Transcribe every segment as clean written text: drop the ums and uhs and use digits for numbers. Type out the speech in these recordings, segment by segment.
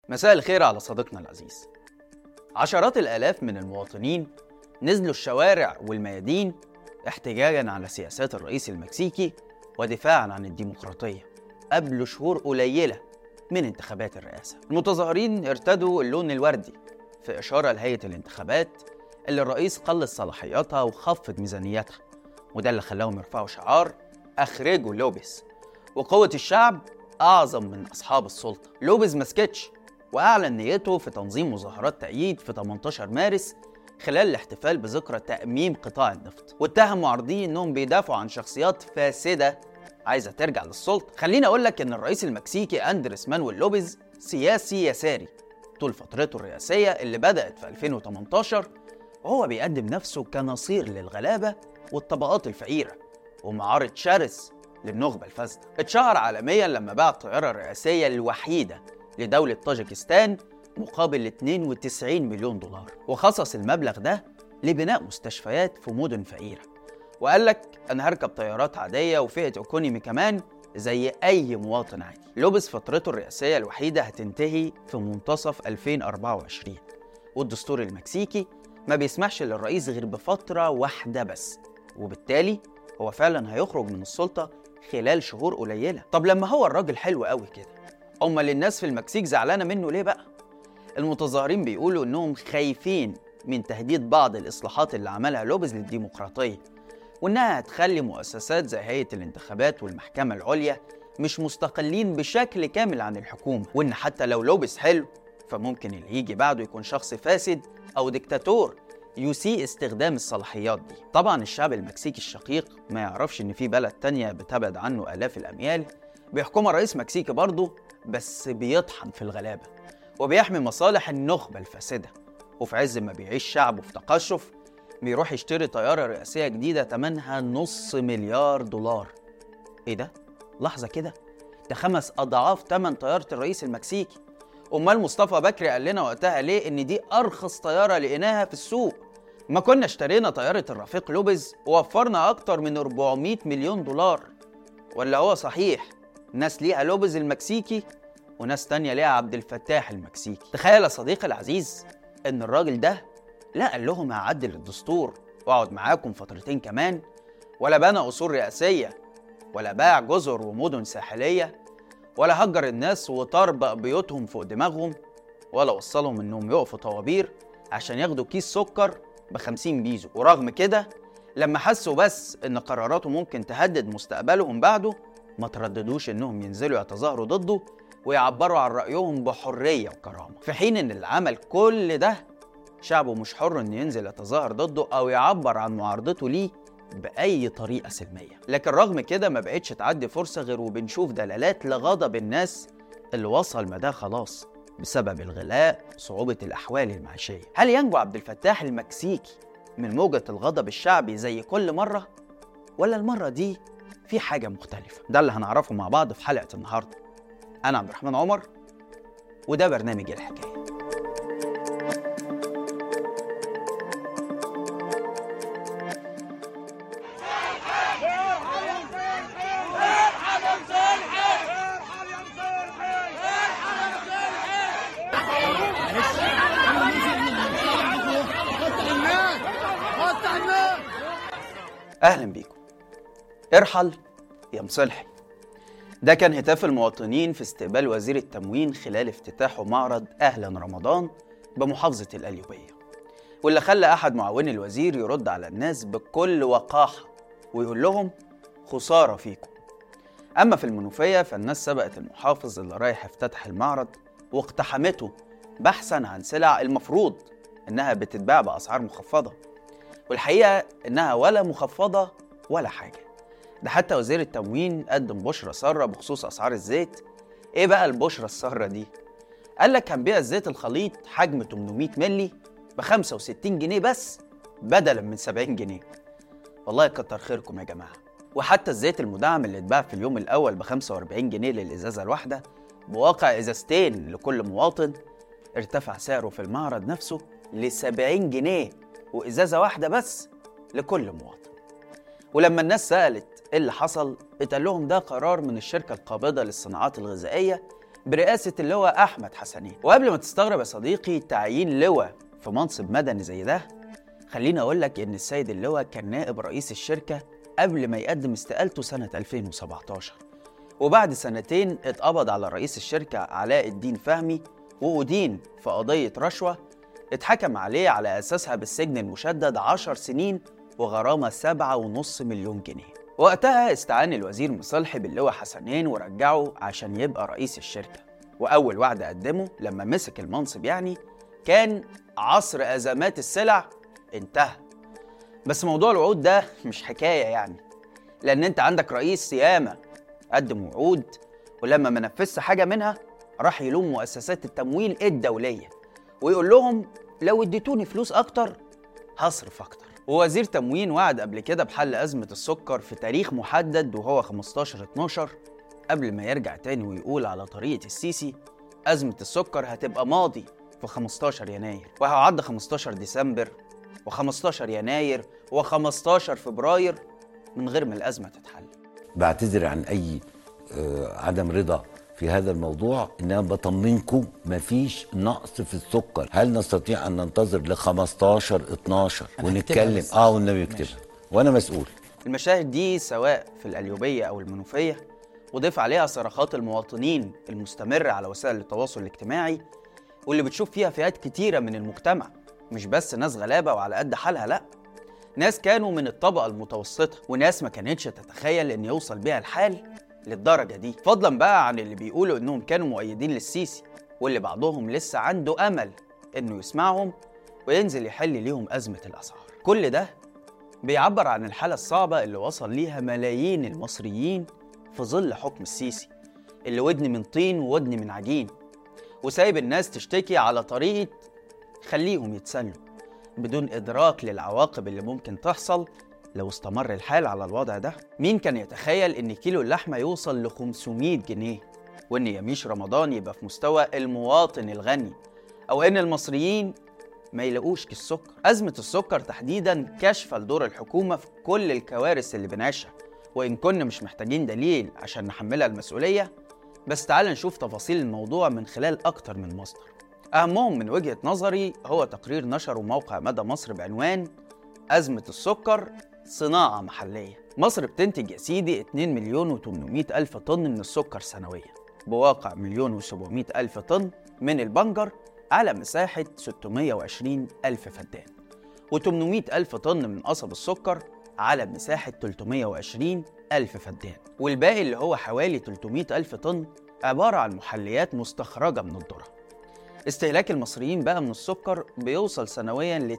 مساء الخير على صديقنا العزيز. عشرات الآلاف من المواطنين نزلوا الشوارع والميادين احتجاجاً على سياسات الرئيس المكسيكي ودفاعاً عن الديمقراطية قبل شهور قليلة من انتخابات الرئاسة. المتظاهرين ارتدوا اللون الوردي في إشارة لهيئة الانتخابات اللي الرئيس قلص صلاحياتها وخفض ميزانيتها، وده اللي خلاهم يرفعوا شعار أخرجوا لوبيز، وقوة الشعب أعظم من أصحاب السلطة. لوبيز مسكتش وأعلن نيته في تنظيم مظاهرات تأييد في 18 مارس خلال الاحتفال بذكرى تأميم قطاع النفط، واتهم معارضين إنهم بيدافعوا عن شخصيات فاسدة عايزة ترجع للسلطة. خليني أقول لك إن الرئيس المكسيكي أندريس مانويل لوبيز سياسي يساري طول فترته الرئاسية اللي بدأت في 2018، وهو بيقدم نفسه كنصير للغلابة والطبقات الفقيرة ومعارض شرس للنخبة الفاسدة. اتشهر عالميا لما باع الطيارة الرئاسية الوحيدة لدولة طاجيكستان مقابل 92 مليون دولار، وخصص المبلغ ده لبناء مستشفيات في مدن فقيرة، وقال لك أنا هركب طيارات عادية وفئة ايكونومي كمان زي أي مواطن عادي. لوبيز فترته الرئاسية الوحيدة هتنتهي في منتصف 2024، والدستور المكسيكي ما بيسمحش للرئيس غير بفترة واحدة بس، وبالتالي هو فعلا هيخرج من السلطة خلال شهور قليلة. طب لما هو الراجل حلو قوي كده، أمال الناس في المكسيك زعلانة منه ليه بقى؟ المتظاهرين بيقولوا إنهم خايفين من تهديد بعض الإصلاحات اللي عملها لوبيز للديمقراطية، وإنها هتخلي مؤسسات زي هيئة الانتخابات والمحكمة العليا مش مستقلين بشكل كامل عن الحكومة، وإن حتى لو لوبيز حلو فممكن اللي يجي بعده يكون شخص فاسد أو ديكتاتور يسيء استخدام الصلاحيات دي. طبعا الشعب المكسيكي الشقيق ما يعرفش إن في بلد تانية بتبعد عنه آلاف الأميال بيحكمها رئيس مكسيكي برضه، بس بيطحن في الغلابة وبيحمي مصالح النخبة الفاسدة، وفي عز ما بيعيش شعبه في تقشف بيروح يشتري طيارة رئاسية جديدة تمنها $500 مليار. ايه ده؟ لحظة كده، ده 5 أضعاف تمن طيارة الرئيس المكسيكي. أمال مصطفى بكري قال لنا وقتها ليه إن دي أرخص طيارة لقيناها في السوق؟ ما كنا اشترينا طيارة الرفيق لوبيز ووفرنا أكتر من 400 مليون دولار. ولا هو صحيح ناس ليها لوبيز المكسيكي وناس تانية ليها عبد الفتاح المكسيكي؟ تخيل يا صديقي العزيز إن الراجل ده لا قال لهم هعدل الدستور واقعد معاكم فترتين كمان، ولا بنى قصور رئاسية، ولا باع جزر ومدن ساحلية، ولا هجر الناس وطربق بيوتهم فوق دماغهم، ولا وصلهم انهم يقفوا طوابير عشان ياخدوا كيس سكر ب50 بيزو. ورغم كده لما حسوا بس ان قراراته ممكن تهدد مستقبلهم بعده ما ترددوش انهم ينزلوا يتظاهروا ضده ويعبروا عن رأيهم بحرية وكرامة، في حين ان اللي عمل كل ده شعبه مش حر انه ينزل يتظاهر ضده او يعبر عن معارضته ليه بأي طريقة سلمية. لكن رغم كده ما بقتش تعدي فرصة غير وبنشوف دلالات لغضب الناس اللي وصل مداه خلاص بسبب الغلاء وصعوبة الأحوال المعيشية. هل ينجو عبد الفتاح المكسيكي من موجة الغضب الشعبي زي كل مرة؟ ولا المرة دي في حاجة مختلفة؟ ده اللي هنعرفه مع بعض في حلقة النهاردة. أنا عبد الرحمن عمر وده برنامج الحكاية. أهلا بيكم. ارحل يا مصلحي، ده كان هتاف المواطنين في استقبال وزير التموين خلال افتتاحه معرض أهلا رمضان بمحافظة القليوبية، واللي خلى أحد معاوني الوزير يرد على الناس بكل وقاحة ويقول لهم خسارة فيكم. أما في المنوفية فالناس سبقت المحافظ اللي رايح افتتح المعرض واقتحمته بحثا عن سلع المفروض إنها بتتباع بأسعار مخفضة، والحقيقة إنها ولا مخفضة ولا حاجة. ده حتى وزير التموين قدم بشرة سارة بخصوص أسعار الزيت. إيه بقى البشرة السارة دي؟ قال لك هنبيع الزيت الخليط حجم 800 ملي ب65 جنيه بس بدلا من 70 جنيه. والله كتر خيركم يا جماعة. وحتى الزيت المدعم اللي اتباع في اليوم الأول ب45 جنيه للإزازة الواحدة بواقع إزازتين لكل مواطن ارتفع سعره في المعرض نفسه ل70 جنيه وإزازة واحدة بس لكل مواطن. ولما الناس سألت إيه اللي حصل اتقال لهم ده قرار من الشركة القابضة للصناعات الغذائية برئاسة اللواء أحمد حسنين. وقبل ما تستغرب يا صديقي تعيين لواء في منصب مدني زي ده، خليني أقول لك إن السيد اللواء كان نائب رئيس الشركة قبل ما يقدم استقالته سنة 2017، وبعد سنتين اتقبض على رئيس الشركة علاء الدين فهمي وأدين في قضية رشوة اتحكم عليه على أساسها بالسجن المشدد 10 سنين وغرامة 7.5 مليون جنيه. وقتها استعان الوزير مصلحي باللواء حسنين ورجعه عشان يبقى رئيس الشركة، وأول وعد قدمه لما مسك المنصب كان عصر أزمات السلع انتهى. بس موضوع الوعود ده مش حكاية لأن أنت عندك رئيس ياما قدم وعود ولما ما نفذش حاجة منها راح يلوم مؤسسات التمويل الدولية ويقول لهم لو اديتوني فلوس أكتر هصرف أكتر. ووزير تموين وعد قبل كده بحل أزمة السكر في تاريخ محدد وهو 15/12 قبل ما يرجع تاني ويقول على طريقة السيسي أزمة السكر هتبقى ماضي في 15 يناير وهيعد 15 ديسمبر و15 يناير و15 فبراير من غير ما الأزمة تتحل. بعتذر عن أي عدم رضا في هذا الموضوع، إنما بطمنكم مفيش نقص في السكر. هل نستطيع أن ننتظر ل 15/12 ونتكلم؟ والنبي يكتبها وأنا مسؤول. المشاهد دي سواء في القليوبية أو المنوفية وضيف عليها صراخات المواطنين المستمرة على وسائل التواصل الاجتماعي واللي بتشوف فيها فئات كتيرة من المجتمع، مش بس ناس غلابة وعلى قد حالها، لأ، ناس كانوا من الطبقة المتوسطة وناس ما كانتش تتخيل إن يوصل بيها الحال للدرجة دي، فضلا بقى عن اللي بيقولوا إنهم كانوا مؤيدين للسيسي واللي بعضهم لسه عنده أمل إنه يسمعهم وينزل يحل ليهم أزمة الأسعار. كل ده بيعبر عن الحالة الصعبة اللي وصل ليها ملايين المصريين في ظل حكم السيسي اللي ودن من طين وودن من عجين، وسايب الناس تشتكي على طريقة خليهم يتسلوا بدون إدراك للعواقب اللي ممكن تحصل لو استمر الحال على الوضع ده. مين كان يتخيل إن كيلو اللحمة يوصل ل 500 جنيه وإن يميش رمضان يبقى في مستوى المواطن الغني، أو إن المصريين ما يلاقوش كيس سكر؟ أزمة السكر تحديداً كشف لدور الحكومة في كل الكوارث اللي بنعيشها، وإن كنا مش محتاجين دليل عشان نحملها المسؤولية، بس تعال نشوف تفاصيل الموضوع من خلال أكتر من مصدر. أهمهم من وجهة نظري هو تقرير نشره موقع مدى مصر بعنوان أزمة السكر صناعة محلية. مصر بتنتج يا سيدي 2,800,000 طن من السكر سنويا، بواقع 1,700,000 طن من البنجر على مساحة 620,000 فدان، و800,000 طن من قصب السكر على مساحة 320,000 فدان، والباقي اللي هو حوالي 300,000 طن عبارة عن محليات مستخرجة من الذرة. استهلاك المصريين بقى من السكر بيوصل سنويا ل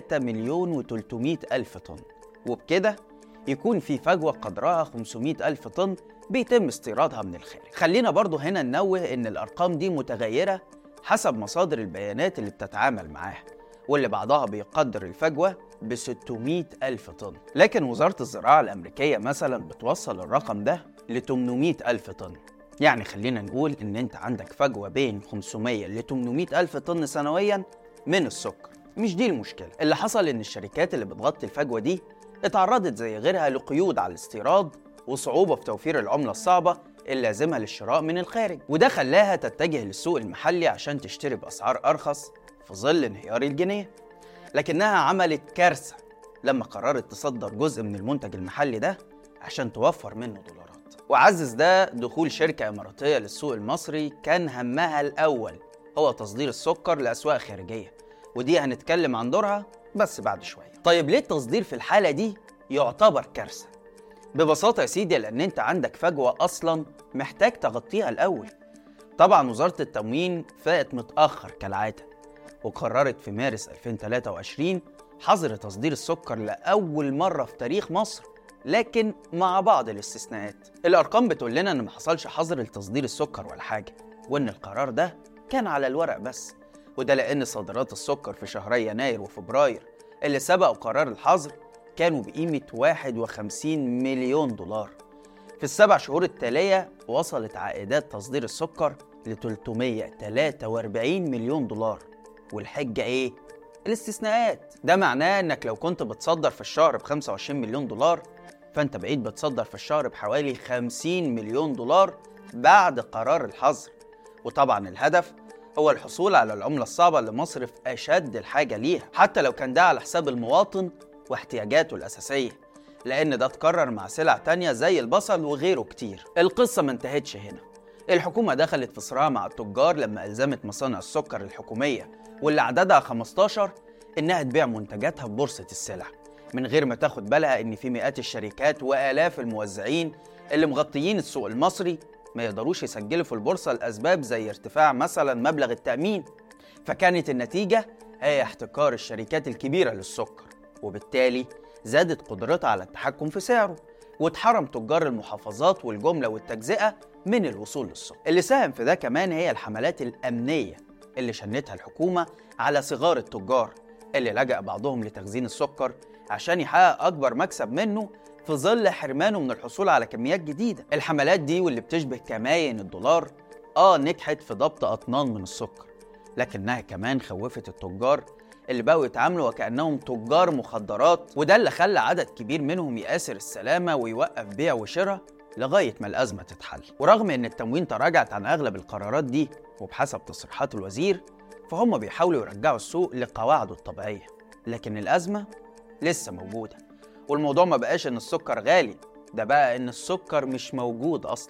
3,300,000 طن، وبكده يكون في فجوة قدرها 500,000 طن بيتم استيرادها من الخارج. خلينا برضو هنا ننوه إن الأرقام دي متغيرة حسب مصادر البيانات اللي بتتعامل معاها، واللي بعضها بيقدر الفجوة ب 600,000 طن، لكن وزارة الزراعة الأمريكية مثلا بتوصل الرقم ده ل 800,000 طن. يعني خلينا نقول إن أنت عندك فجوة بين 500 ل 800,000 طن سنويا من السكر. مش دي المشكلة، اللي حصل إن الشركات اللي بتغطي الفجوة دي اتعرضت زي غيرها لقيود على الاستيراد وصعوبة في توفير العملة الصعبة اللازمة للشراء من الخارج، وده خلاها تتجه للسوق المحلي عشان تشتري بأسعار أرخص في ظل انهيار الجنيه. لكنها عملت كارثة لما قررت تصدر جزء من المنتج المحلي ده عشان توفر منه دولارات. وعزز ده دخول شركة إماراتية للسوق المصري كان همها الأول هو تصدير السكر لأسواق خارجية، ودي هنتكلم عن دورها بس بعد شوية. طيب ليه التصدير في الحالة دي يعتبر كارثة؟ ببساطة يا سيدي لأن أنت عندك فجوة أصلاً محتاج تغطيها الأول. طبعاً وزارة التموين فاقت متأخر كالعادة، وقررت في مارس 2023 حظر تصدير السكر لأول مرة في تاريخ مصر، لكن مع بعض الاستثناءات. الأرقام بتقول لنا إن ما حصلش حظر لتصدير السكر ولا حاجة، وإن القرار ده كان على الورق بس، وده لأن صادرات السكر في شهري يناير وفبراير اللي سبقوا قرار الحظر كانوا بقيمة 51 مليون دولار. في ال7 شهور التالية وصلت عائدات تصدير السكر ل 343 مليون دولار. والحجة إيه؟ الاستثناءات. ده معناه إنك لو كنت بتصدر في الشهر ب25 مليون دولار فأنت بقيت بتصدر في الشهر بحوالي 50 مليون دولار بعد قرار الحظر، وطبعا الهدف هو الحصول على العملة الصعبة اللي مصر في أشد الحاجة ليها، حتى لو كان ده على حساب المواطن واحتياجاته الأساسية، لأن ده اتكرر مع سلع تانية زي البصل وغيره كتير. القصة ما انتهتش هنا. الحكومة دخلت في صراع مع التجار لما ألزمت مصانع السكر الحكومية واللي عددها 15 إنها تبيع منتجاتها ببورصة السلع، من غير ما تاخد بالها إن في مئات الشركات وآلاف الموزعين اللي مغطيين السوق المصري ما يقدروش يسجلوا في البورصة لأسباب زي ارتفاع مثلا مبلغ التأمين. فكانت النتيجة هي احتكار الشركات الكبيرة للسكر، وبالتالي زادت قدرتها على التحكم في سعره، واتحرم تجار المحافظات والجملة والتجزئة من الوصول للسكر. اللي ساهم في ده كمان هي الحملات الأمنية اللي شنتها الحكومة على صغار التجار اللي لجأ بعضهم لتخزين السكر عشان يحقق أكبر مكسب منه في ظل حرمانه من الحصول على كميات جديدة. الحملات دي واللي بتشبه كماين الدولار نجحت في ضبط أطنان من السكر، لكنها كمان خوفت التجار اللي بقوا يتعاملوا وكأنهم تجار مخدرات، وده اللي خلى عدد كبير منهم يآسر السلامة ويوقف بيع وشراء لغاية ما الأزمة تتحل. ورغم إن التموين تراجعت عن أغلب القرارات دي وبحسب تصريحات الوزير فهم بيحاولوا يرجعوا السوق لقواعده الطبيعية، لكن الأزمة لسه موجودة. والموضوع ما بقاش إن السكر غالي، ده بقى إن السكر مش موجود أصلا.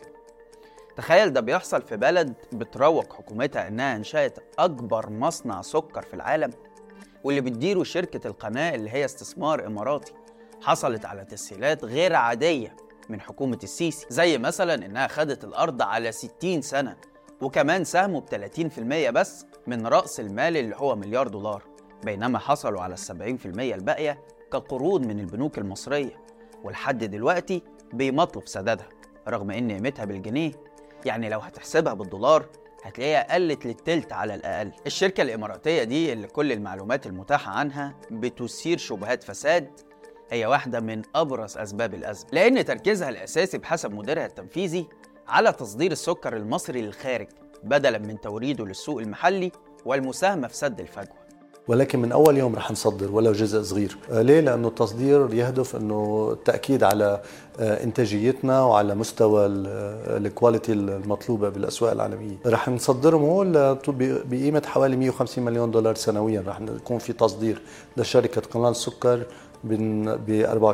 تخيل ده بيحصل في بلد بتروج حكومتها إنها أنشأت أكبر مصنع سكر في العالم، واللي بتديره شركة القناة اللي هي استثمار إماراتي حصلت على تسهيلات غير عادية من حكومة السيسي، زي مثلا إنها خدت الأرض على 60 سنة، وكمان ساهموا ب30% بس من رأس المال اللي هو $1 مليار، بينما حصلوا على 70% الباقية كقروض من البنوك المصرية، ولحد دلوقتي بيمطلوا في سدادها رغم إن قيمتها بالجنيه. يعني لو هتحسبها بالدولار هتلاقيها قلت للتلت على الأقل. الشركة الإماراتية دي اللي كل المعلومات المتاحة عنها بتثير شبهات فساد هي واحدة من أبرز أسباب الأزمة، لأن تركيزها الأساسي بحسب مديرها التنفيذي على تصدير السكر المصري للخارج بدلاً من توريده للسوق المحلي والمساهمة في سد الفجوة. ولكن من أول يوم رح نصدر ولو جزء صغير. ليه؟ لأنه التصدير يهدف أنه التأكيد على إنتاجيتنا وعلى مستوى الكواليتي المطلوبة بالأسواق العالمية. رح نصدرهم بقيمة حوالي $150 مليون سنويا. رح يكون في تصدير لشركة قناة السكر ب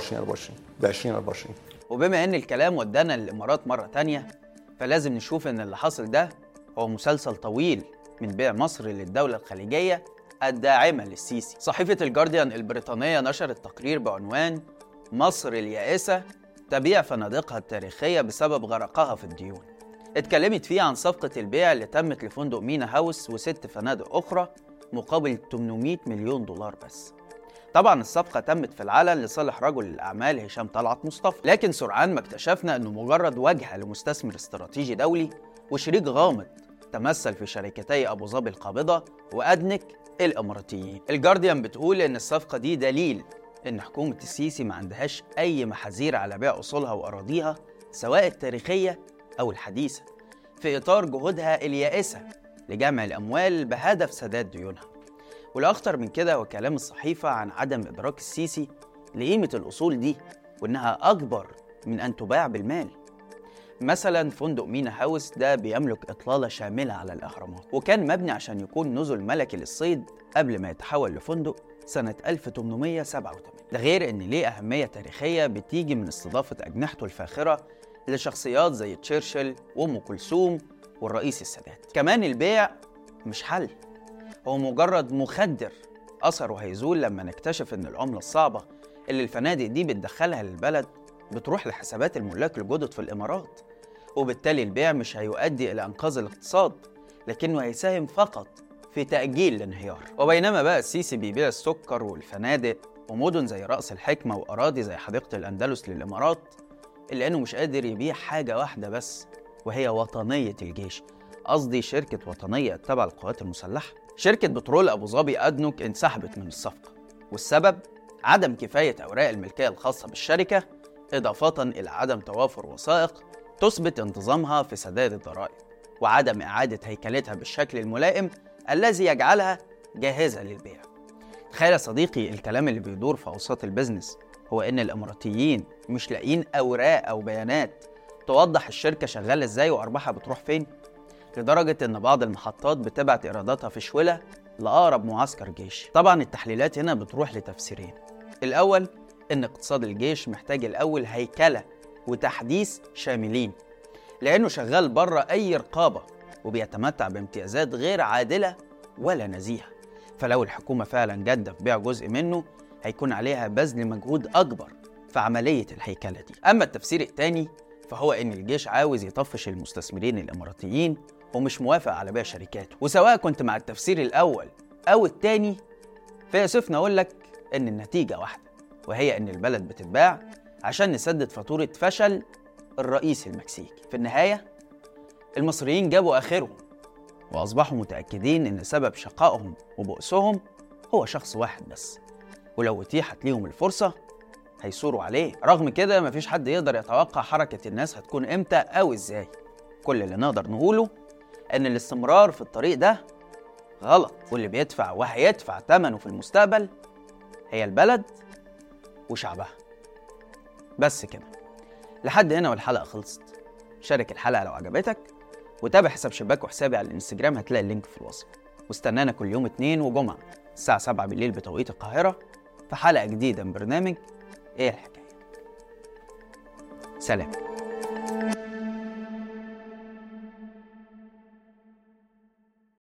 2024. وبما أن الكلام ودانا للإمارات مرة تانية فلازم نشوف أن اللي حصل ده هو مسلسل طويل من بيع مصر للدولة الخليجية الداعمة للسيسي. صحيفة الجارديان البريطانية نشرت تقرير بعنوان مصر اليائسة تبيع فنادقها التاريخية بسبب غرقها في الديون. اتكلمت فيه عن صفقة البيع اللي تمت لفندق مينا هاوس و6 فنادق أخرى مقابل $800 مليون بس. طبعا الصفقة تمت في العلن لصالح رجل الأعمال هشام طلعت مصطفى، لكن سرعان ما اكتشفنا أنه مجرد واجهة لمستثمر استراتيجي دولي وشريك غامض تمثل في شركتي أبو ظبي القابضة وأدنك الإماراتيين. الجارديان بتقول إن الصفقة دي دليل إن حكومة السيسي ما عندهاش أي محاذير على بيع أصولها وأراضيها سواء التاريخية أو الحديثة في إطار جهودها اليائسة لجمع الأموال بهدف سداد ديونها. والأخطر من كده هو كلام الصحيفة عن عدم إدراك السيسي لقيمة الأصول دي وإنها أكبر من أن تباع بالمال. مثلا فندق مينا هاوس ده بيملك إطلالة شاملة على الأهرامات، وكان مبني عشان يكون نزل ملكي للصيد قبل ما يتحول لفندق سنة 1887. ده غير إن ليه أهمية تاريخية بتيجي من استضافة أجنحته الفاخرة لشخصيات زي تشرشل وأم كلثوم والرئيس السادات. كمان البيع مش حل، هو مجرد مخدر أثره هيزول لما نكتشف إن العملة الصعبة اللي الفنادق دي بتدخلها للبلد بتروح لحسابات الملاك الجدد في الإمارات، وبالتالي البيع مش هيؤدي إلى إنقاذ الاقتصاد لكنه هيساهم فقط في تأجيل الانهيار. وبينما بقى السيسي بيبيع السكر والفنادق ومدن زي رأس الحكمة وأراضي زي حديقة الأندلس للإمارات، إلا إنه مش قادر يبيع حاجة واحدة بس، وهي وطنية الجيش، قصدي شركة وطنية تبع القوات المسلحة. شركة بترول أبو ظبي أدنك انسحبت من الصفقة، والسبب عدم كفاية أوراق الملكية الخاصة بالشركة، إضافة إلى عدم توافر وثائق تثبت انتظامها في سداد الضرائب، وعدم إعادة هيكلتها بالشكل الملائم الذي يجعلها جاهزة للبيع. تخيل يا صديقي الكلام اللي بيدور في أوساط البزنس هو إن الإماراتيين مش لاقيين أوراق أو بيانات توضح الشركة شغالة إزاي وأرباحها بتروح فين. لدرجة إن بعض المحطات بتبعت إيراداتها في شولة لأقرب معسكر جيش. طبعا التحليلات هنا بتروح لتفسيرين. الأول إن اقتصاد الجيش محتاج الأول هيكلة وتحديث شاملين، لأنه شغال بره أي رقابة وبيتمتع بامتيازات غير عادلة ولا نزيهة. فلو الحكومة فعلا جادة في بيع جزء منه هيكون عليها بذل مجهود أكبر في عملية الهيكلة دي. أما التفسير الثاني فهو إن الجيش عاوز يطفش المستثمرين الإماراتيين ومش موافق على بيع شركاته. وسواء كنت مع التفسير الأول أو الثاني فيصفنا أقول لك إن النتيجة واحدة، وهي إن البلد بتتباع عشان نسدد فاتورة فشل الرئيس المكسيكي. في النهاية المصريين جابوا آخرهم وأصبحوا متأكدين إن سبب شقائهم وبؤسهم هو شخص واحد بس، ولو اتيحت ليهم الفرصة هيثوروا عليه. رغم كده مفيش حد يقدر يتوقع حركة الناس هتكون إمتى أو إزاي. كل اللي نقدر نقوله إن الاستمرار في الطريق ده غلط، واللي بيدفع وهيدفع ثمنه في المستقبل هي البلد وشعبها. بس كده، لحد هنا والحلقة خلصت. شارك الحلقة لو عجبتك، وتابع حساب شباك وحسابي على الانستجرام، هتلاقي اللينك في الوصف. واستنانا كل يوم اثنين وجمعة الساعة 7 بالليل بتوقيت القاهرة في حلقة جديدة من برنامج ايه الحكاية. سلام.